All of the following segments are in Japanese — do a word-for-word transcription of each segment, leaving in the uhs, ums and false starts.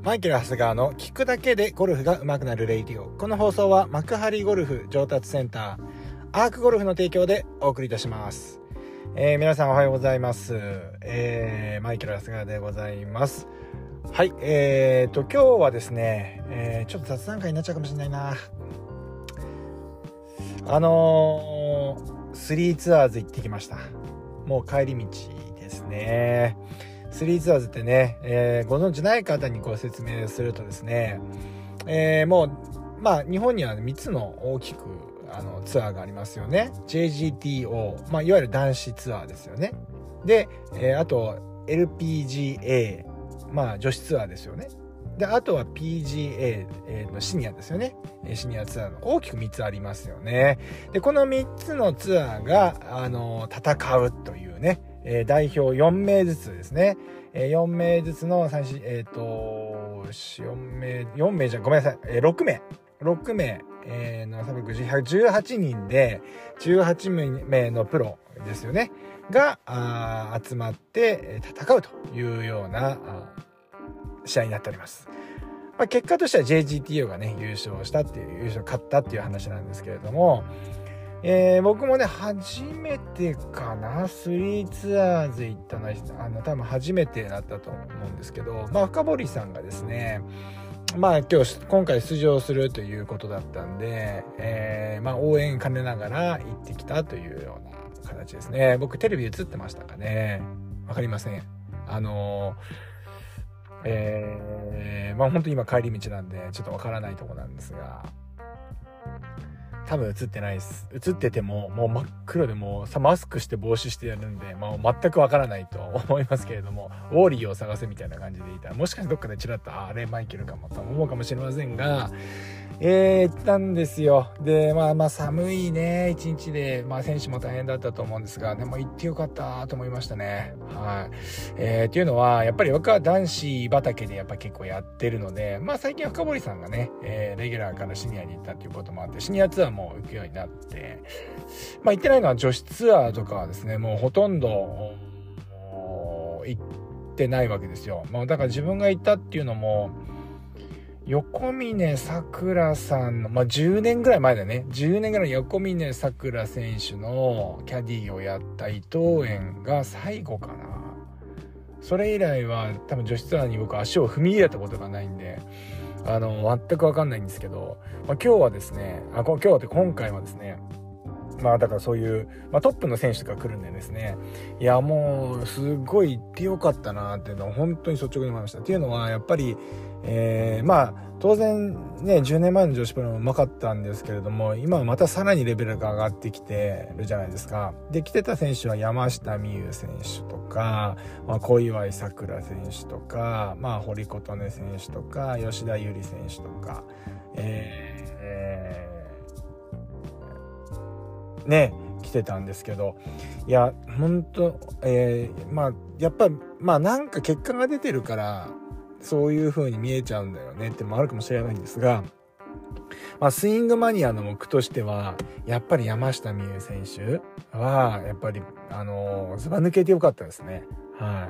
マイケル・ハスガーの聞くだけでゴルフが上手くなるレイディオ。この放送は幕張ゴルフ上達センターアークゴルフの提供でお送りいたします。えー、皆さんおはようございます。えー、マイケル・ハスガーでございます。はい、えーと今日はですね、えー、ちょっと雑談会になっちゃうかもしれないな。あのー、スリーツアーズ行ってきました。もう帰り道ですね。スリーツアーズってね、えー、ご存知ない方にご説明するとですね、えー、もうまあ日本にはみっつの大きくあのツアーがありますよね。 ジェイジーティーオー、まあ、いわゆる男子ツアーですよね。で、えー、あと エルピージーエー、まあ女子ツアーですよね。であとは ピージーエー、えー、のシニアですよね。シニアツアーの大きくみっつありますよね。でこのみっつのツアーが、あのー、戦うというね、えー、代表よんめいずつですね、えー、よんめいずつの最新えっ、ー、とよんめいよんめいじゃごめんなさい、えー、ろくめいろくめい、えー、のさんびゃくじゅうはちにんでじゅうはちめいのプロですよねがあ集まって戦うというような試合になっております。まあ、結果としては ジェイジーティーオー がね優勝したっていう優勝勝ったっていう話なんですけれども、えー、僕もね初めてかなスリーツアーズ行ったのはあの多分初めてだったと思うんですけど、まあ深堀さんがですね、まあ今日今回出場するということだったんで、えー、まあ応援兼ねながら行ってきたというような形ですね。僕テレビ映ってましたかね、わかりません。あのーえー、まあ本当に今帰り道なんでちょっとわからないところなんですが、多分映ってないです。映っててももう真っ黒でもうさマスクして帽子してやるんで、まあ、全くわからないと思いますけれども、ウォーリーを探せみたいな感じでいたらもしかしてどっかでチラッとあれマイケルかもと思うかもしれませんが、えー、行ったんですよ。でまあまあ寒いね一日で、まあ選手も大変だったと思うんですが、でも行ってよかったと思いましたね。はい。えー、っていうのはやっぱり僕は男子畑でやっぱ結構やってるので、まあ最近は深堀さんがね、えー、レギュラーからシニアに行ったっていうこともあってシニアツアーも行くようになって、まあ行ってないのは女子ツアーとかはですねもうほとんど行ってないわけですよ。まあだから自分が行ったっていうのも横峯さくらさんの、まあ、じゅうねんぐらい前だね。じゅうねんぐらい横峯さくら選手のキャディーをやった伊藤園が最後かな。それ以来は多分女子ツアーに僕足を踏み入れたことがないんで、あの、全くわかんないんですけど、まあ、今日はですね、あ、今日はって今回はですね、まあだからそういう、まあ、トップの選手とか来るんでですね、いやもうすごい行ってよかったなっていうのは本当に率直に思いました。っていうのはやっぱり、えー、まあ当然ねじゅうねんまえの女子プロもうまかったんですけれども、今はまたさらにレベルが上がってきてるじゃないですか。で来てた選手は山下美夢有選手とか、まあ、小祝さくら選手とか、まあ、堀琴音選手とか吉田優利選手とか、えーえーね来てたんですけど、いや本当、えー、まあやっぱまあなんか結果が出てるからそういう風に見えちゃうんだよねってもあるかもしれないんですが、まあ、スイングマニアの僕としてはやっぱり山下美夢有選手はやっぱりあのー、ずば抜けてよかったですね。はい。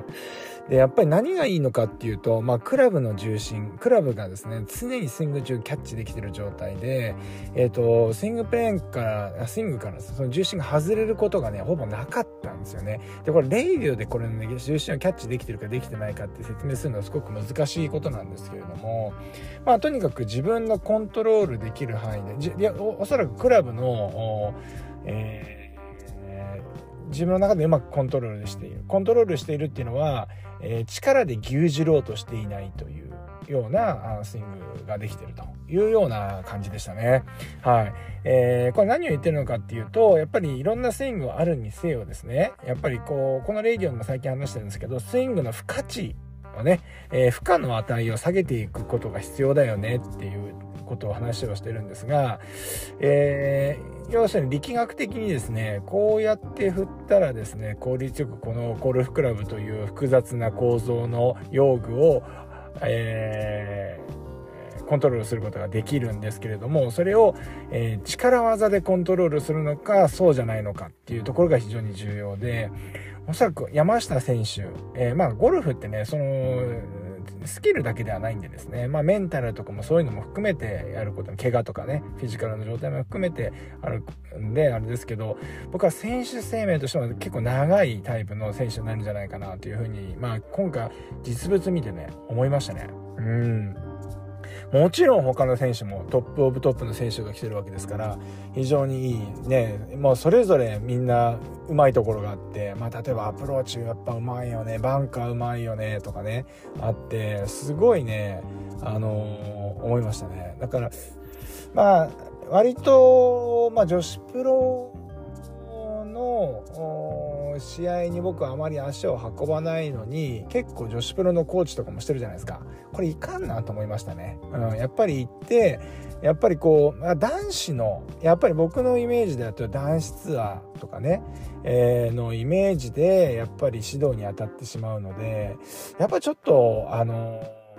でやっぱり何がいいのかっていうと、まあ、クラブの重心クラブがですね常にスイング中キャッチできてる状態で、えーと、スイングプレーンからスイングからその重心が外れることがねほぼなかったんですよね。でこれレイディオでこれ、ね、重心をキャッチできてるかできてないかって説明するのはすごく難しいことなんですけれども、まあ、とにかく自分のコントロールできる範囲でじいや お, おそらくクラブの、えー自分の中でうまくコントロールしているコントロールしているっていうのは、えー、力で牛耳ろうとしていないというようなスイングができているというような感じでしたね。はい。えー、これ何を言ってるのかっていうと、やっぱりいろんなスイングがあるにせよですね、やっぱりこうこのレイディオンも最近話してるんですけど、スイングの不価値をね、えー、負荷の値を下げていくことが必要だよねっていうことを話をしてるんですが、えー、要するに力学的にですねこうやって振ったらですね効率よくこのゴルフクラブという複雑な構造の用具を、えー、コントロールすることができるんですけれども、それを、えー、力技でコントロールするのかそうじゃないのかっていうところが非常に重要で、おそらく山下選手、えー、まあゴルフってねそのスキルだけではないんでですね、まあメンタルとかもそういうのも含めてやること、怪我とかね、フィジカルの状態も含めてあるんであれですけど、僕は選手生命としては結構長いタイプの選手になるんじゃないかなというふうに、まあ今回実物見てね思いましたね。うん。もちろん他の選手もトップオブトップの選手が来てるわけですから、非常にいいね、もうそれぞれみんなうまいところがあって、まあ例えばアプローチやっぱうまいよね、バンカーうまいよねとかねあって、すごいねあのー、思いましたね。だからまあ割とまあ女子プロの試合に僕はあまり足を運ばないのに、結構女子プロのコーチとかもしてるじゃないですか。これいかんなと思いましたね。うん、やっぱり行ってやっぱりこう男子のやっぱり僕のイメージだと男子ツアーとかね、えー、のイメージでやっぱり指導に当たってしまうので、やっぱりちょっとあの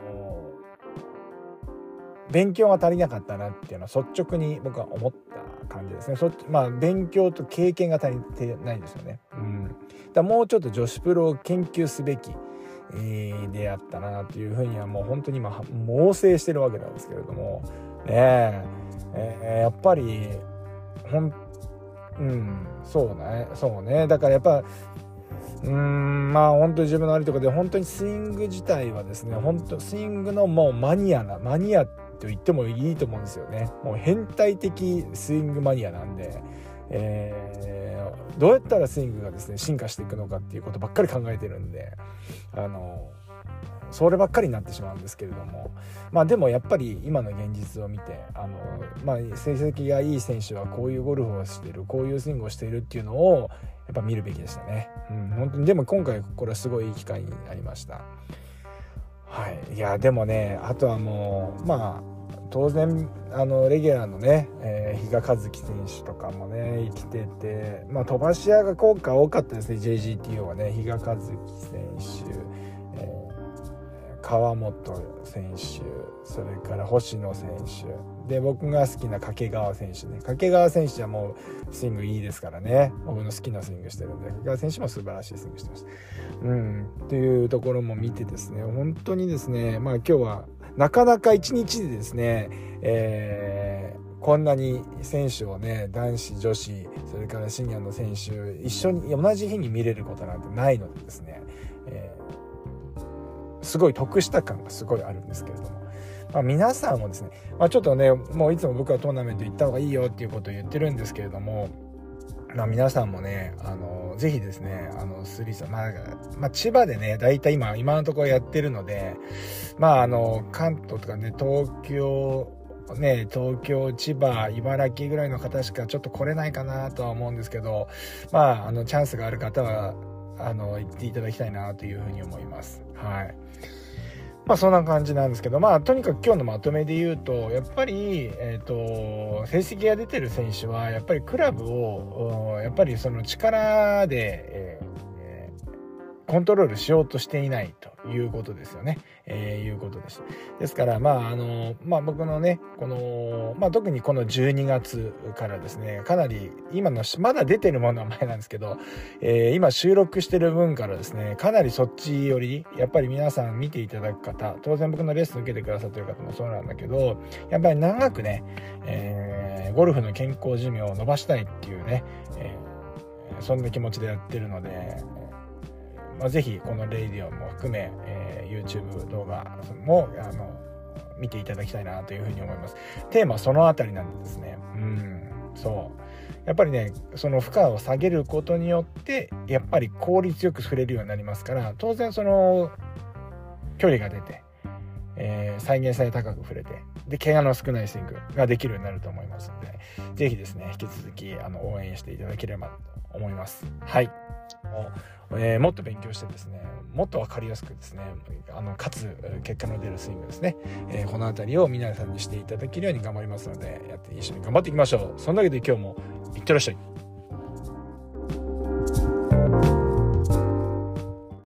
勉強が足りなかったなっていうのは率直に僕は思った感じですね。そまあ勉強と経験が足りてないですよね。うん。だからもうちょっと女子プロを研究すべき、えー、であったなというふうにはもう本当に今猛省してるわけなんですけれどもねえ、えー、やっぱりほんうんそうねそうねだからやっぱうーんまあ本当に自分のあるところで本当にスイング自体はですね、本当スイングのもうマニアなマニアと言ってもいいと思うんですよね。もう変態的スイングマニアなんで、えー、どうやったらスイングがですね進化していくのかっていうことばっかり考えてるんで、あのそればっかりになってしまうんですけれども、まあでもやっぱり今の現実を見て、あのまあ成績がいい選手はこういうゴルフをしている、こういうスイングをしているっていうのをやっぱ見るべきでしたね。うん、本当にでも今回これはすごいいい機会になりました。はい、いやでもね、あとはもうまあ当然あのレギュラーのね、えー、比嘉一貴選手とかもね生きてて、まあ飛ばし屋が効果多かったですね。 ジェイジーティーオー はね、比嘉一貴選手、えー、川本選手、それから星野選手で、僕が好きな掛川選手ね。掛川選手はもうスイングいいですからね、僕の好きなスイングしてるんで、掛川選手も素晴らしいスイングしてます。うんっていうところも見てですね、本当にですね、まあ今日はなかなか一日でですね、えー、こんなに選手をね、男子女子それからシニアの選手一緒に同じ日に見れることなんてないのでですね、えー、すごい得した感がすごいあるんですけれども、まあ、皆さんもですね、まあ、ちょっとねもういつも僕はトーナメント行った方がいいよっていうことを言ってるんですけれども、まあ、皆さんもね、あのぜひですね、あのスリーさん、まあ、まあ、千葉でねだいたい今今のところやってるので、まああの関東とかね、東京ね、東京、千葉、茨城ぐらいの方しかちょっと来れないかなとは思うんですけど、まああのチャンスがある方はあの行っていただきたいなというふうに思います。はい。まあそんな感じなんですけど、まあとにかく今日のまとめで言うと、やっぱりえっと成績が出てる選手はやっぱりクラブをやっぱりその力で、えーコントロールしようとしていないということですよね。えー、いうことです。ですから、まあ、あの、まあ僕のね、この、まあ特にこのじゅうにがつからですね、かなり今の、まだ出てるものは前なんですけど、えー、今収録してる分からですね、かなりそっちより、やっぱり皆さん見ていただく方、当然僕のレッスン受けてくださってる方もそうなんだけど、やっぱり長くね、えー、ゴルフの健康寿命を伸ばしたいっていうね、えー、そんな気持ちでやってるので、まあ、ぜひこのレイディオも含め、えー、YouTube 動画もあの見ていただきたいなというふうに思います。テーマはそのあたりなんですね。うん、そうやっぱりね、その負荷を下げることによってやっぱり効率よく振れるようになりますから、当然その距離が出て、えー、再現性高く振れて、で怪我の少ないスイングができるようになると思いますので、ぜひですね引き続きあの応援していただければと思います。はい。えー、もっと勉強してですね、もっと分かりやすくですね、あのかつ結果の出るスイングですね、えー、このあたりを皆さんにしていただけるように頑張りますので、やって一緒に頑張っていきましょう。そんなわけで今日もいってらっしゃい。